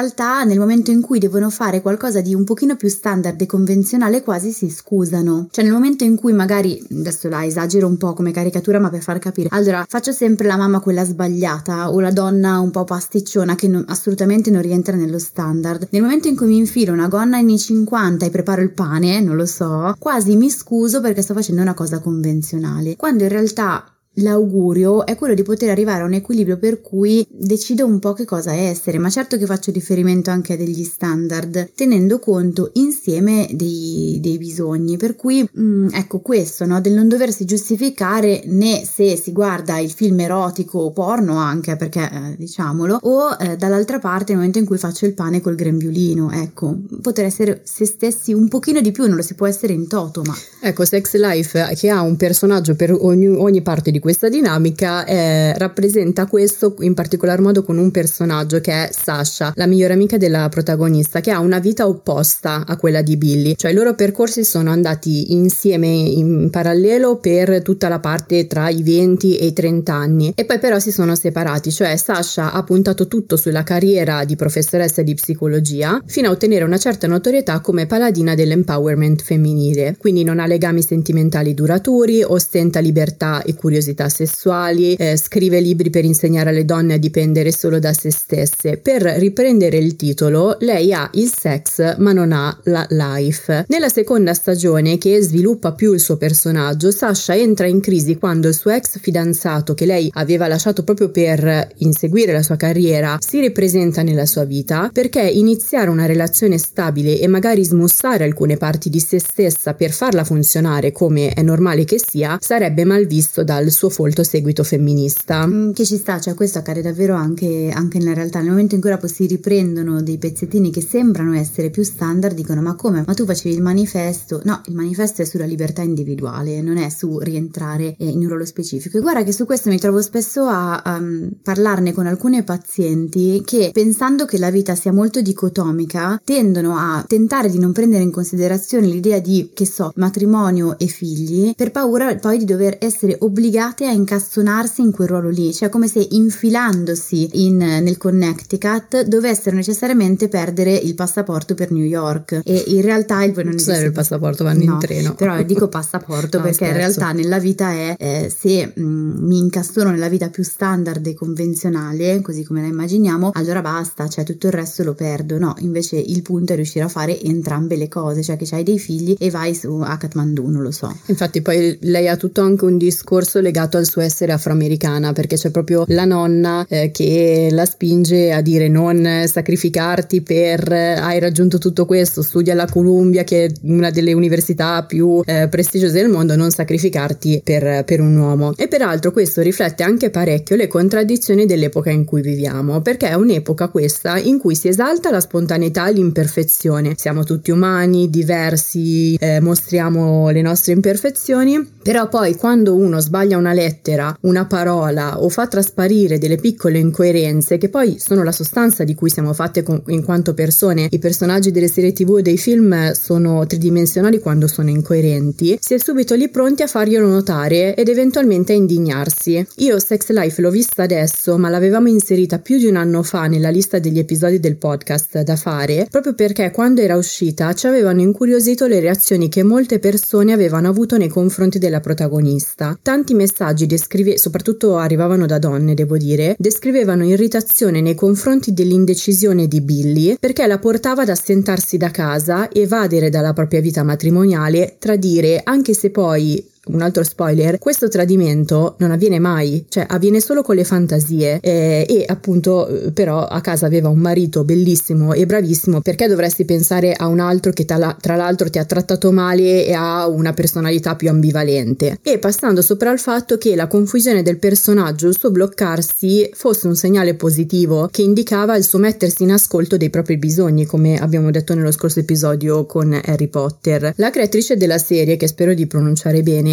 Speaker 2: nel momento in cui devono fare qualcosa di un pochino più standard e convenzionale quasi si scusano. Cioè nel momento in cui magari, adesso la esagero un po' come caricatura ma per far capire, allora faccio sempre la mamma quella sbagliata o la donna un po' pasticciona che assolutamente non rientra nello standard. Nel momento in cui mi infilo una gonna anni 50 e preparo il pane, non lo so, quasi mi scuso perché sto facendo una cosa convenzionale, quando in realtà l'augurio è quello di poter arrivare a un equilibrio per cui decido un po' che cosa essere, ma certo che faccio riferimento anche a degli standard, tenendo conto insieme dei bisogni, per cui ecco questo, no? Del non doversi giustificare né se si guarda il film erotico o porno anche, perché diciamolo, o dall'altra parte nel momento in cui faccio il pane col grembiulino, ecco, poter essere se stessi un pochino di più, non lo si può essere in toto, ma
Speaker 3: ecco, Sex Life, che ha un personaggio per ogni parte di questa dinamica, rappresenta questo in particolar modo con un personaggio che è Sasha, la migliore amica della protagonista, che ha una vita opposta a quella di Billy, cioè i loro percorsi sono andati insieme in parallelo per tutta la parte tra i 20 e i 30 anni e poi però si sono separati, cioè Sasha ha puntato tutto sulla carriera di professoressa di psicologia fino a ottenere una certa notorietà come paladina dell'empowerment femminile, quindi non ha legami sentimentali duraturi, ostenta libertà e curiosità sessuali, scrive libri per insegnare alle donne a dipendere solo da se stesse. Per riprendere il titolo, lei ha il sex ma non ha la life. Nella seconda stagione, che sviluppa più il suo personaggio, Sasha entra in crisi quando il suo ex fidanzato, che lei aveva lasciato proprio per inseguire la sua carriera, si ripresenta nella sua vita, perché iniziare una relazione stabile e magari smussare alcune parti di se stessa per farla funzionare come è normale che sia, sarebbe mal visto dal suo folto seguito femminista.
Speaker 2: Che ci sta, cioè questo accade davvero anche nella realtà. Nel momento in cui si riprendono dei pezzettini che sembrano essere più standard, dicono ma come? Ma tu facevi il manifesto? No, il manifesto è sulla libertà individuale, non è su rientrare in un ruolo specifico. E guarda che su questo mi trovo spesso a parlarne con alcune pazienti che, pensando che la vita sia molto dicotomica, tendono a tentare di non prendere in considerazione l'idea di, che so, matrimonio e figli, per paura poi di dover essere obbligate a incastonarsi in quel ruolo lì, cioè come se infilandosi nel Connecticut dovessero necessariamente perdere il passaporto per New York, e in realtà il non
Speaker 3: esiste il passaporto, vanno in treno,
Speaker 2: però dico passaporto no, perché scherzo. In realtà nella vita è se mi incastono nella vita più standard e convenzionale così come la immaginiamo, allora basta, cioè tutto il resto lo perdo. No, invece il punto è riuscire a fare entrambe le cose, cioè che c'hai dei figli e vai a Kathmandu, non lo so.
Speaker 3: Infatti poi lei ha tutto anche un discorso legato al suo essere afroamericana, perché c'è proprio la nonna che la spinge a dire non sacrificarti per hai raggiunto tutto questo, studia alla Columbia che è una delle università più prestigiose del mondo, non sacrificarti per un uomo. E peraltro questo riflette anche parecchio le contraddizioni dell'epoca in cui viviamo, perché è un'epoca questa in cui si esalta la spontaneità e l'imperfezione, siamo tutti umani, diversi, mostriamo le nostre imperfezioni, però poi quando uno sbaglia una lettera, una parola o fa trasparire delle piccole incoerenze che poi sono la sostanza di cui siamo fatte in quanto persone, i personaggi delle serie TV o dei film sono tridimensionali quando sono incoerenti, si è subito lì pronti a farglielo notare ed eventualmente a indignarsi. Io Sex Life l'ho vista adesso, ma l'avevamo inserita più di un anno fa nella lista degli episodi del podcast da fare, proprio perché quando era uscita ci avevano incuriosito le reazioni che molte persone avevano avuto nei confronti della protagonista. Tanti messaggi soprattutto arrivavano da donne, devo dire, descrivevano irritazione nei confronti dell'indecisione di Billy perché la portava ad assentarsi da casa, evadere dalla propria vita matrimoniale, tradire, anche se poi un altro spoiler, questo tradimento non avviene mai, cioè avviene solo con le fantasie e appunto però a casa aveva un marito bellissimo e bravissimo, perché dovresti pensare a un altro che tra l'altro ti ha trattato male e ha una personalità più ambivalente. E passando sopra al fatto che la confusione del personaggio, il suo bloccarsi, fosse un segnale positivo che indicava il suo mettersi in ascolto dei propri bisogni, come abbiamo detto nello scorso episodio con Harry Potter. La creatrice della serie, che spero di pronunciare bene,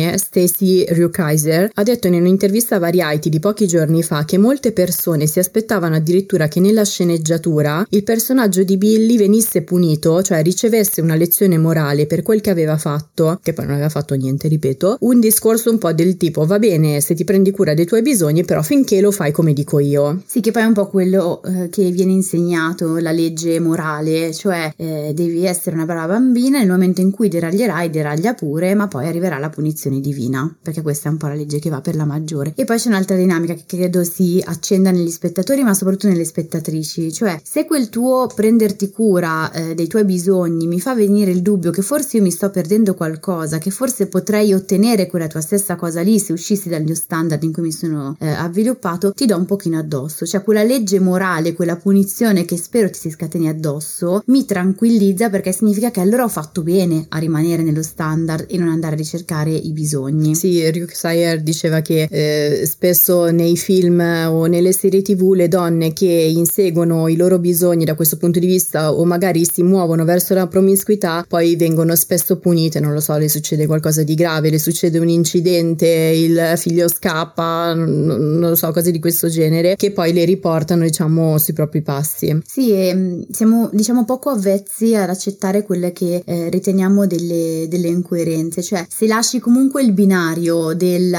Speaker 3: produzione, Stacey Rukeyser, ha detto in un'intervista a Variety di pochi giorni fa che molte persone si aspettavano addirittura che nella sceneggiatura il personaggio di Billy venisse punito, cioè ricevesse una lezione morale per quel che aveva fatto, che poi non aveva fatto niente, ripeto, un discorso un po' del tipo: va bene se ti prendi cura dei tuoi bisogni, però finché lo fai come dico io.
Speaker 2: Sì, che poi è un po' quello che viene insegnato, la legge morale, cioè devi essere una brava bambina, nel momento in cui deraglierai deraglia pure, ma poi arriverà la punizione divina, perché questa è un po' la legge che va per la maggiore. E poi c'è un'altra dinamica che credo si accenda negli spettatori, ma soprattutto nelle spettatrici, cioè se quel tuo prenderti cura dei tuoi bisogni mi fa venire il dubbio che forse io mi sto perdendo qualcosa, che forse potrei ottenere quella tua stessa cosa lì se uscissi dal mio standard in cui mi sono avviluppato, ti do un pochino addosso, cioè quella legge morale, quella punizione che spero ti si scateni addosso mi tranquillizza, perché significa che allora ho fatto bene a rimanere nello standard e non andare a ricercare i bisogni.
Speaker 3: Sì, Rukeyser diceva che spesso nei film o nelle serie TV le donne che inseguono i loro bisogni da questo punto di vista o magari si muovono verso la promiscuità poi vengono spesso punite, non lo so, le succede qualcosa di grave, le succede un incidente, il figlio scappa, non lo so, cose di questo genere che poi le riportano, diciamo, sui propri passi.
Speaker 2: Sì, siamo, diciamo, poco avvezzi ad accettare quelle che riteniamo delle incoerenze, cioè se lasci comunque il binario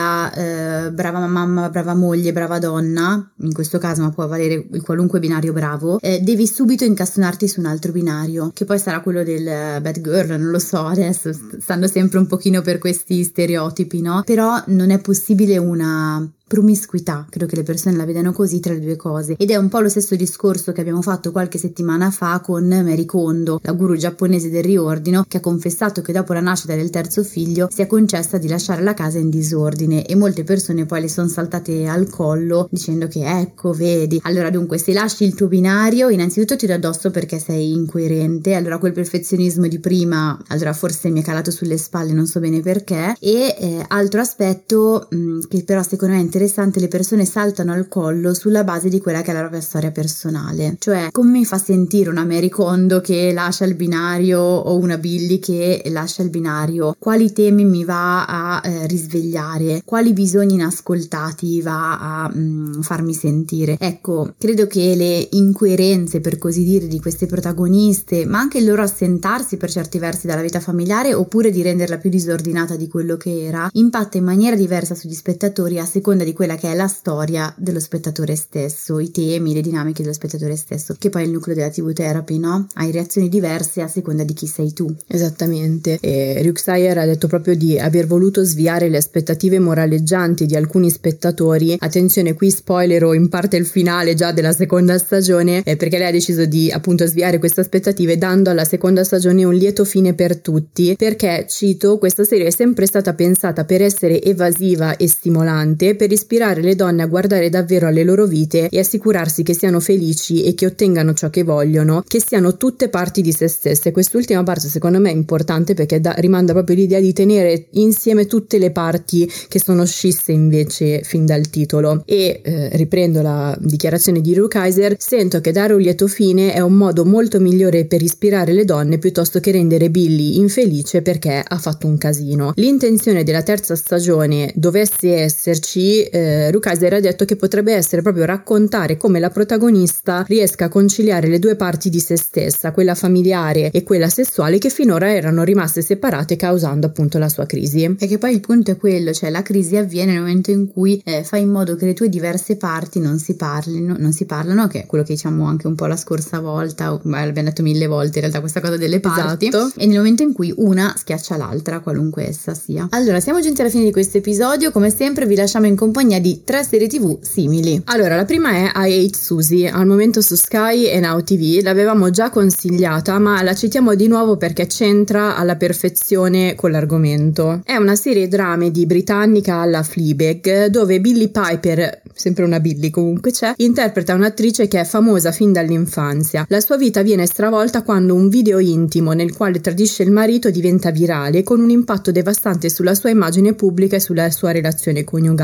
Speaker 2: della brava mamma, brava moglie, brava donna, in questo caso, ma può valere il qualunque binario bravo, devi subito incastonarti su un altro binario, che poi sarà quello del bad girl, non lo so, adesso stanno sempre un pochino per questi stereotipi, no? Però non è possibile una promiscuità, credo che le persone la vedano così, tra le due cose, ed è un po' lo stesso discorso che abbiamo fatto qualche settimana fa con Marie Kondo, la guru giapponese del riordino, che ha confessato che dopo la nascita del terzo figlio si è concessa di lasciare la casa in disordine, e molte persone poi le sono saltate al collo dicendo che ecco, vedi, allora dunque se lasci il tuo binario innanzitutto ti do addosso perché sei incoerente, allora quel perfezionismo di prima allora forse mi è calato sulle spalle, non so bene perché. E altro aspetto che però secondo me è interessante, le persone saltano al collo sulla base di quella che è la propria storia personale, cioè come mi fa sentire una Marie Kondo che lascia il binario o una Billy che lascia il binario, quali temi mi va a risvegliare, quali bisogni inascoltati va a farmi sentire. Ecco, credo che le incoerenze, per così dire, di queste protagoniste, ma anche il loro assentarsi per certi versi dalla vita familiare oppure di renderla più disordinata di quello che era, impatta in maniera diversa sugli spettatori a seconda di quella che è la storia dello spettatore stesso, i temi, le dinamiche dello spettatore stesso, che poi è il nucleo della TV therapy, no? Hai reazioni diverse a seconda di chi sei tu.
Speaker 3: Esattamente. E Rukeyser ha detto proprio di aver voluto sviare le aspettative moraleggianti di alcuni spettatori. Attenzione, qui spoilerò in parte il finale già della seconda stagione, perché lei ha deciso di appunto sviare queste aspettative dando alla seconda stagione un lieto fine per tutti, perché, cito, questa serie è sempre stata pensata per essere evasiva e stimolante, per ispirare le donne a guardare davvero alle loro vite e assicurarsi che siano felici e che ottengano ciò che vogliono, che siano tutte parti di se stesse. Quest'ultima parte secondo me è importante perché rimanda proprio l'idea di tenere insieme tutte le parti che sono scisse invece fin dal titolo. E riprendo la dichiarazione di Rukeyser: sento che dare un lieto fine è un modo molto migliore per ispirare le donne piuttosto che rendere Billy infelice perché ha fatto un casino. L'intenzione della terza stagione dovesse esserci, Rukeyser ha detto che potrebbe essere proprio raccontare come la protagonista riesca a conciliare le due parti di se stessa, quella familiare e quella sessuale, che finora erano rimaste separate causando appunto la sua crisi.
Speaker 2: E che poi il punto è quello, cioè la crisi avviene nel momento in cui fai in modo che le tue diverse parti non si parlano, che è quello che diciamo anche un po' la scorsa volta, l'abbiamo detto 1000 volte in realtà questa cosa delle parti,
Speaker 3: esatto.
Speaker 2: E nel momento in cui una schiaccia l'altra, qualunque essa sia. Allora, siamo giunti alla fine di questo episodio, come sempre vi lasciamo in compagnia di 3 serie TV simili.
Speaker 3: Allora, la prima è I Hate Suzie, al momento su Sky e Now TV. L'avevamo già consigliata, ma la citiamo di nuovo perché c'entra alla perfezione con l'argomento. È una serie dramedy britannica alla Fleabag, dove Billie Piper, sempre una Billie comunque c'è, interpreta un'attrice che è famosa fin dall'infanzia. La sua vita viene stravolta quando un video intimo nel quale tradisce il marito diventa virale, con un impatto devastante sulla sua immagine pubblica e sulla sua relazione coniugale. La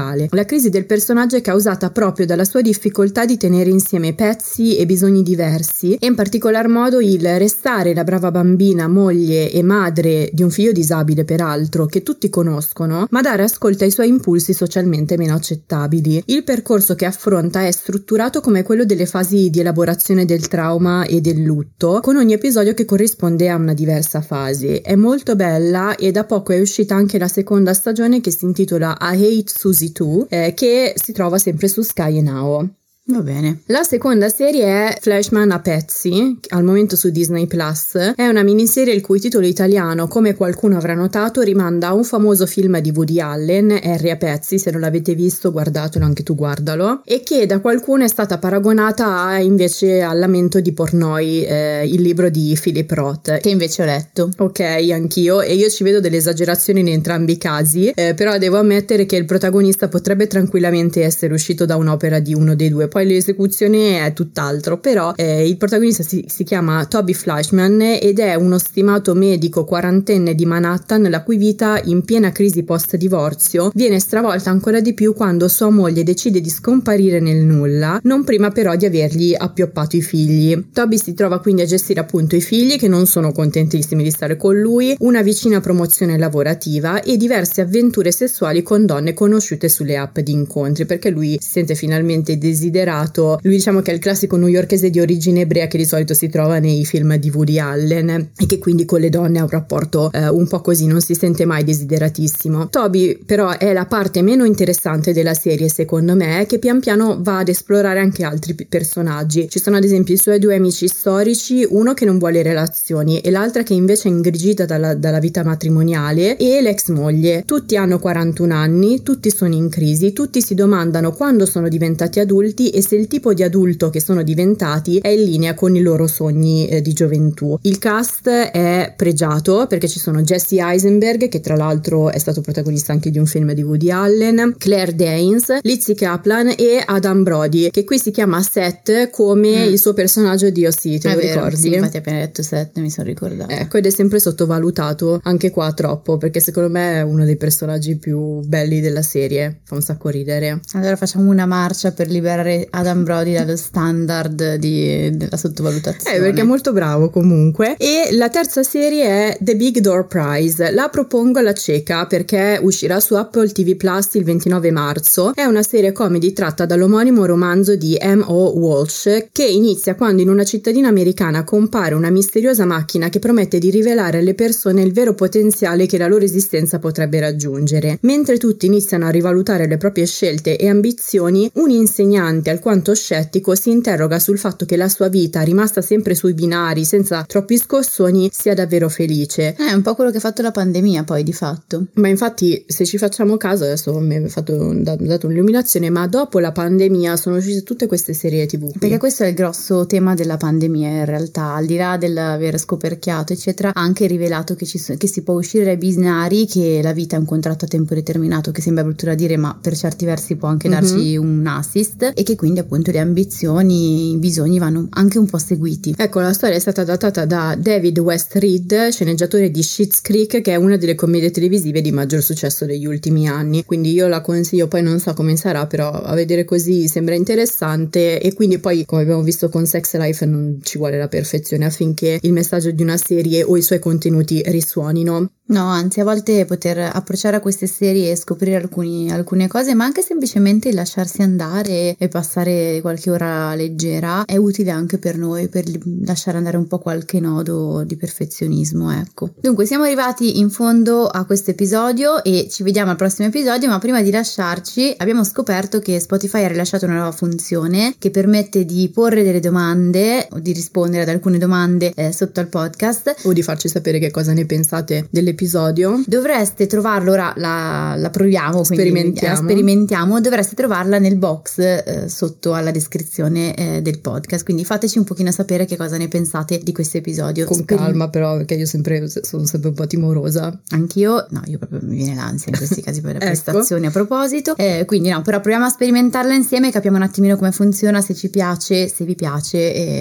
Speaker 3: la crisi del personaggio è causata proprio dalla sua difficoltà di tenere insieme pezzi e bisogni diversi, e in particolar modo il restare la brava bambina, moglie e madre di un figlio disabile peraltro, che tutti conoscono, ma dare ascolto ai suoi impulsi socialmente meno accettabili. Il percorso che affronta è strutturato come quello delle fasi di elaborazione del trauma e del lutto, con ogni episodio che corrisponde a una diversa fase. È molto bella e da poco è uscita anche la seconda stagione, che si intitola I Hate Susie Too, che si trova sempre su Sky Now.
Speaker 2: Va bene.
Speaker 3: La seconda serie è Flashman a pezzi, al momento su Disney Plus. È una miniserie il cui titolo italiano, come qualcuno avrà notato, rimanda a un famoso film di Woody Allen, Harry a pezzi. Se non l'avete visto, guardatelo, anche tu guardalo. E che da qualcuno è stata paragonata invece al Lamento di Portnoy, il libro di Philip Roth,
Speaker 2: che invece ho letto.
Speaker 3: Ok, anch'io, e io ci vedo delle esagerazioni in entrambi i casi, però devo ammettere che il protagonista potrebbe tranquillamente essere uscito da un'opera di uno dei due. Poi l'esecuzione è tutt'altro, però il protagonista si chiama Toby Flashman ed è uno stimato medico quarantenne di Manhattan, la cui vita, in piena crisi post divorzio, viene stravolta ancora di più quando sua moglie decide di scomparire nel nulla, non prima però di avergli appioppato i figli. Toby si trova quindi a gestire appunto i figli, che non sono contentissimi di stare con lui, una vicina promozione lavorativa e diverse avventure sessuali con donne conosciute sulle app di incontri, perché lui si sente finalmente desiderato. Lui diciamo che è il classico newyorkese di origine ebrea che di solito si trova nei film di Woody Allen e che quindi con le donne ha un rapporto un po' così, non si sente mai desideratissimo. Toby però è la parte meno interessante della serie, secondo me, che pian piano va ad esplorare anche altri personaggi. Ci sono ad esempio i suoi due amici storici, uno che non vuole relazioni e l'altra che invece è ingrigita dalla vita matrimoniale, e l'ex moglie. Tutti hanno 41 anni, tutti sono in crisi, tutti si domandano quando sono diventati adulti e se il tipo di adulto che sono diventati è in linea con i loro sogni di gioventù. Il cast è pregiato perché ci sono Jesse Eisenberg, che tra l'altro è stato protagonista anche di un film di Woody Allen, Claire Danes, Lizzie Kaplan e Adam Brody, che qui si chiama Seth come il suo personaggio di O.C., te lo ricordi?
Speaker 2: Sì, infatti appena detto Seth mi sono ricordata.
Speaker 3: Ecco, ed è sempre sottovalutato, anche qua troppo, perché secondo me è uno dei personaggi più belli della serie, fa un sacco ridere.
Speaker 2: Allora facciamo una marcia per liberare Adam Brody dallo standard della sottovalutazione.
Speaker 3: Perché è molto bravo comunque. E la terza serie è The Big Door Prize. La propongo alla cieca perché uscirà su Apple TV Plus il 29 marzo. È una serie comedy tratta dall'omonimo romanzo di M.O. Walsh, che inizia quando in una cittadina americana compare una misteriosa macchina che promette di rivelare alle persone il vero potenziale che la loro esistenza potrebbe raggiungere. Mentre tutti iniziano a rivalutare le proprie scelte e ambizioni, un insegnante alquanto scettico si interroga sul fatto che la sua vita, rimasta sempre sui binari senza troppi scossoni, sia davvero felice.
Speaker 2: È un po' quello che ha fatto la pandemia poi di fatto.
Speaker 3: Ma infatti, se ci facciamo caso, adesso mi ha dato un'illuminazione, ma dopo la pandemia sono uscite tutte queste serie TV qui.
Speaker 2: Perché questo è il grosso tema della pandemia in realtà, al di là dell'aver scoperchiato eccetera, ha anche rivelato che si può uscire dai binari, che la vita è un contratto a tempo determinato, che sembra brutto da dire ma per certi versi può anche darci un assist, e che quindi appunto le ambizioni, i bisogni vanno anche un po' seguiti.
Speaker 3: Ecco, la storia è stata adattata da David West Reed, sceneggiatore di Schitt's Creek, che è una delle commedie televisive di maggior successo degli ultimi anni, quindi io la consiglio. Poi non so come sarà, però a vedere così sembra interessante, e quindi poi, come abbiamo visto con Sex Life, non ci vuole la perfezione affinché il messaggio di una serie o i suoi contenuti risuonino.
Speaker 2: No, anzi, a volte poter approcciare a queste serie e scoprire alcune cose, ma anche semplicemente lasciarsi andare e passare qualche ora leggera, è utile anche per noi, per lasciare andare un po' qualche nodo di perfezionismo, ecco. Dunque, siamo arrivati in fondo a questo episodio e ci vediamo al prossimo episodio, ma prima di lasciarci abbiamo scoperto che Spotify ha rilasciato una nuova funzione che permette di porre delle domande o di rispondere ad alcune domande sotto al podcast,
Speaker 3: o di farci sapere che cosa ne pensate dell'episodio.
Speaker 2: Dovreste trovarlo, ora la proviamo, sperimentiamo, dovreste trovarla nel box sotto alla descrizione del podcast, quindi fateci un pochino sapere che cosa ne pensate di questo episodio.
Speaker 3: Con calma però, perché io sono sempre un po' timorosa.
Speaker 2: Anch'io, no, io proprio mi viene l'ansia in questi casi per le prestazioni a proposito, quindi no, però proviamo a sperimentarla insieme, capiamo un attimino come funziona, se ci piace, se vi piace,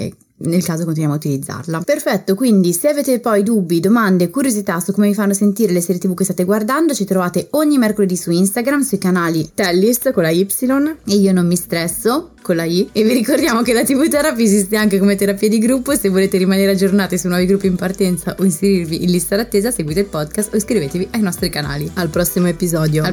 Speaker 2: nel caso continuiamo a utilizzarla. Perfetto, quindi se avete poi dubbi, domande, curiosità su come vi fanno sentire le serie TV che state guardando, ci trovate ogni mercoledì su Instagram sui canali
Speaker 3: Tellist con la Y
Speaker 2: e Io non mi stresso con la I, e vi ricordiamo che la TV Therapy esiste anche come terapia di gruppo, e se volete rimanere aggiornati su nuovi gruppi in partenza o inserirvi in lista d'attesa, seguite il podcast o iscrivetevi ai nostri canali.
Speaker 3: Al prossimo episodio.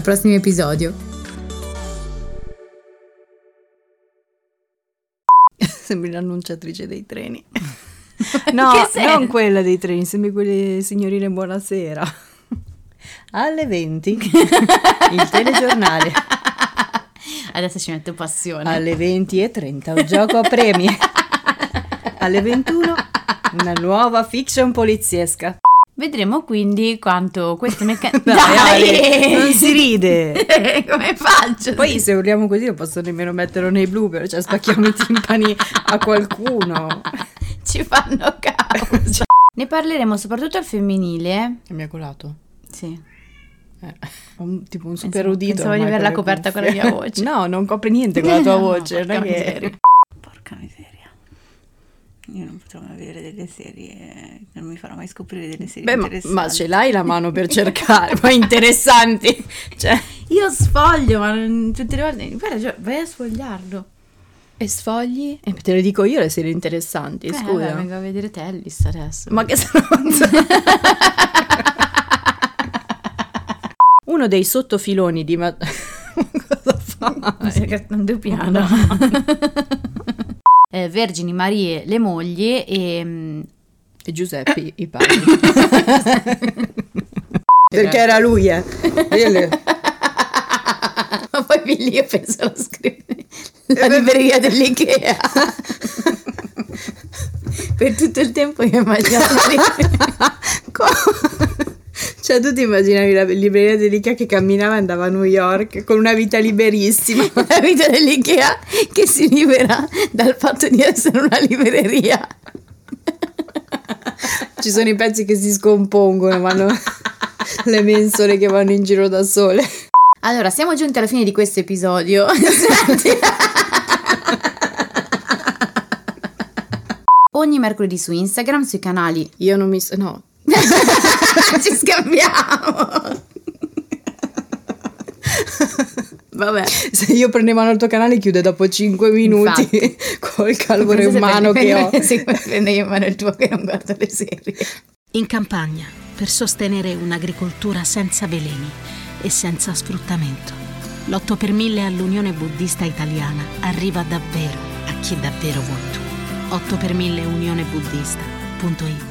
Speaker 3: Sembri l'annunciatrice dei treni. No, non quella dei treni, sembri quelle signorine buonasera. Alle 20 il telegiornale.
Speaker 2: Adesso ci metto passione.
Speaker 3: Alle 20:30 un gioco a premi. Alle 21 una nuova fiction poliziesca.
Speaker 2: Vedremo quindi quanto queste meccaniche...
Speaker 3: Dai, non si ride.
Speaker 2: Come faccio?
Speaker 3: Poi se urliamo così non posso nemmeno metterlo nei blooper, cioè spacchiamo i timpani a qualcuno.
Speaker 2: Ci fanno causa. Ne parleremo soprattutto al femminile.
Speaker 3: Mi ha colato?
Speaker 2: Sì.
Speaker 3: Tipo un super udito.
Speaker 2: Pensavo di averla coperta con la mia voce.
Speaker 3: No, non copre niente con la tua voce.
Speaker 2: Porca miseria.
Speaker 4: Porca miseria. Io non potrò mai vedere delle serie, non mi farò mai scoprire delle serie interessanti.
Speaker 3: Ma ce l'hai la mano per cercare, ma interessanti. Cioè,
Speaker 2: io sfoglio, ma tutte le volte... Guarda, vai a sfogliarlo.
Speaker 3: E sfogli? E te le dico io le serie interessanti, scusa.
Speaker 2: Vabbè, vengo a vedere Tellist adesso.
Speaker 3: Ma che stronza. Uno dei sottofiloni di... Cosa fai?
Speaker 2: Stai cantando piano. Vergini Marie, le mogli e
Speaker 3: Giuseppe, i padri. Perché era lui,
Speaker 2: Ma poi lì io penso lo scrivere la libreria dell'Ikea. Per tutto il tempo io immaginavo
Speaker 3: Cioè tu ti immaginavi la libreria dell'Ikea che camminava e andava a New York con una vita liberissima.
Speaker 2: La vita dell'Ikea che si libera dal fatto di essere una libreria.
Speaker 3: Ci sono i pezzi che si scompongono, vanno le mensole che vanno in giro da sole.
Speaker 2: Allora, siamo giunti alla fine di questo episodio. Ogni mercoledì su Instagram, sui canali
Speaker 3: Io non mi... no.
Speaker 2: Ci scambiamo.
Speaker 3: Vabbè, se io prendevano il tuo canale chiude dopo 5 minuti. Infatti. Col calvolo in mano che ho.
Speaker 2: Sì, prendo io in mano il tuo che non guardo le serie.
Speaker 1: In campagna, per sostenere un'agricoltura senza veleni e senza sfruttamento, l'8 per 1000 all'Unione Buddista Italiana arriva davvero a chi davvero vuoi tu. 8 per 1000 unionebuddista.it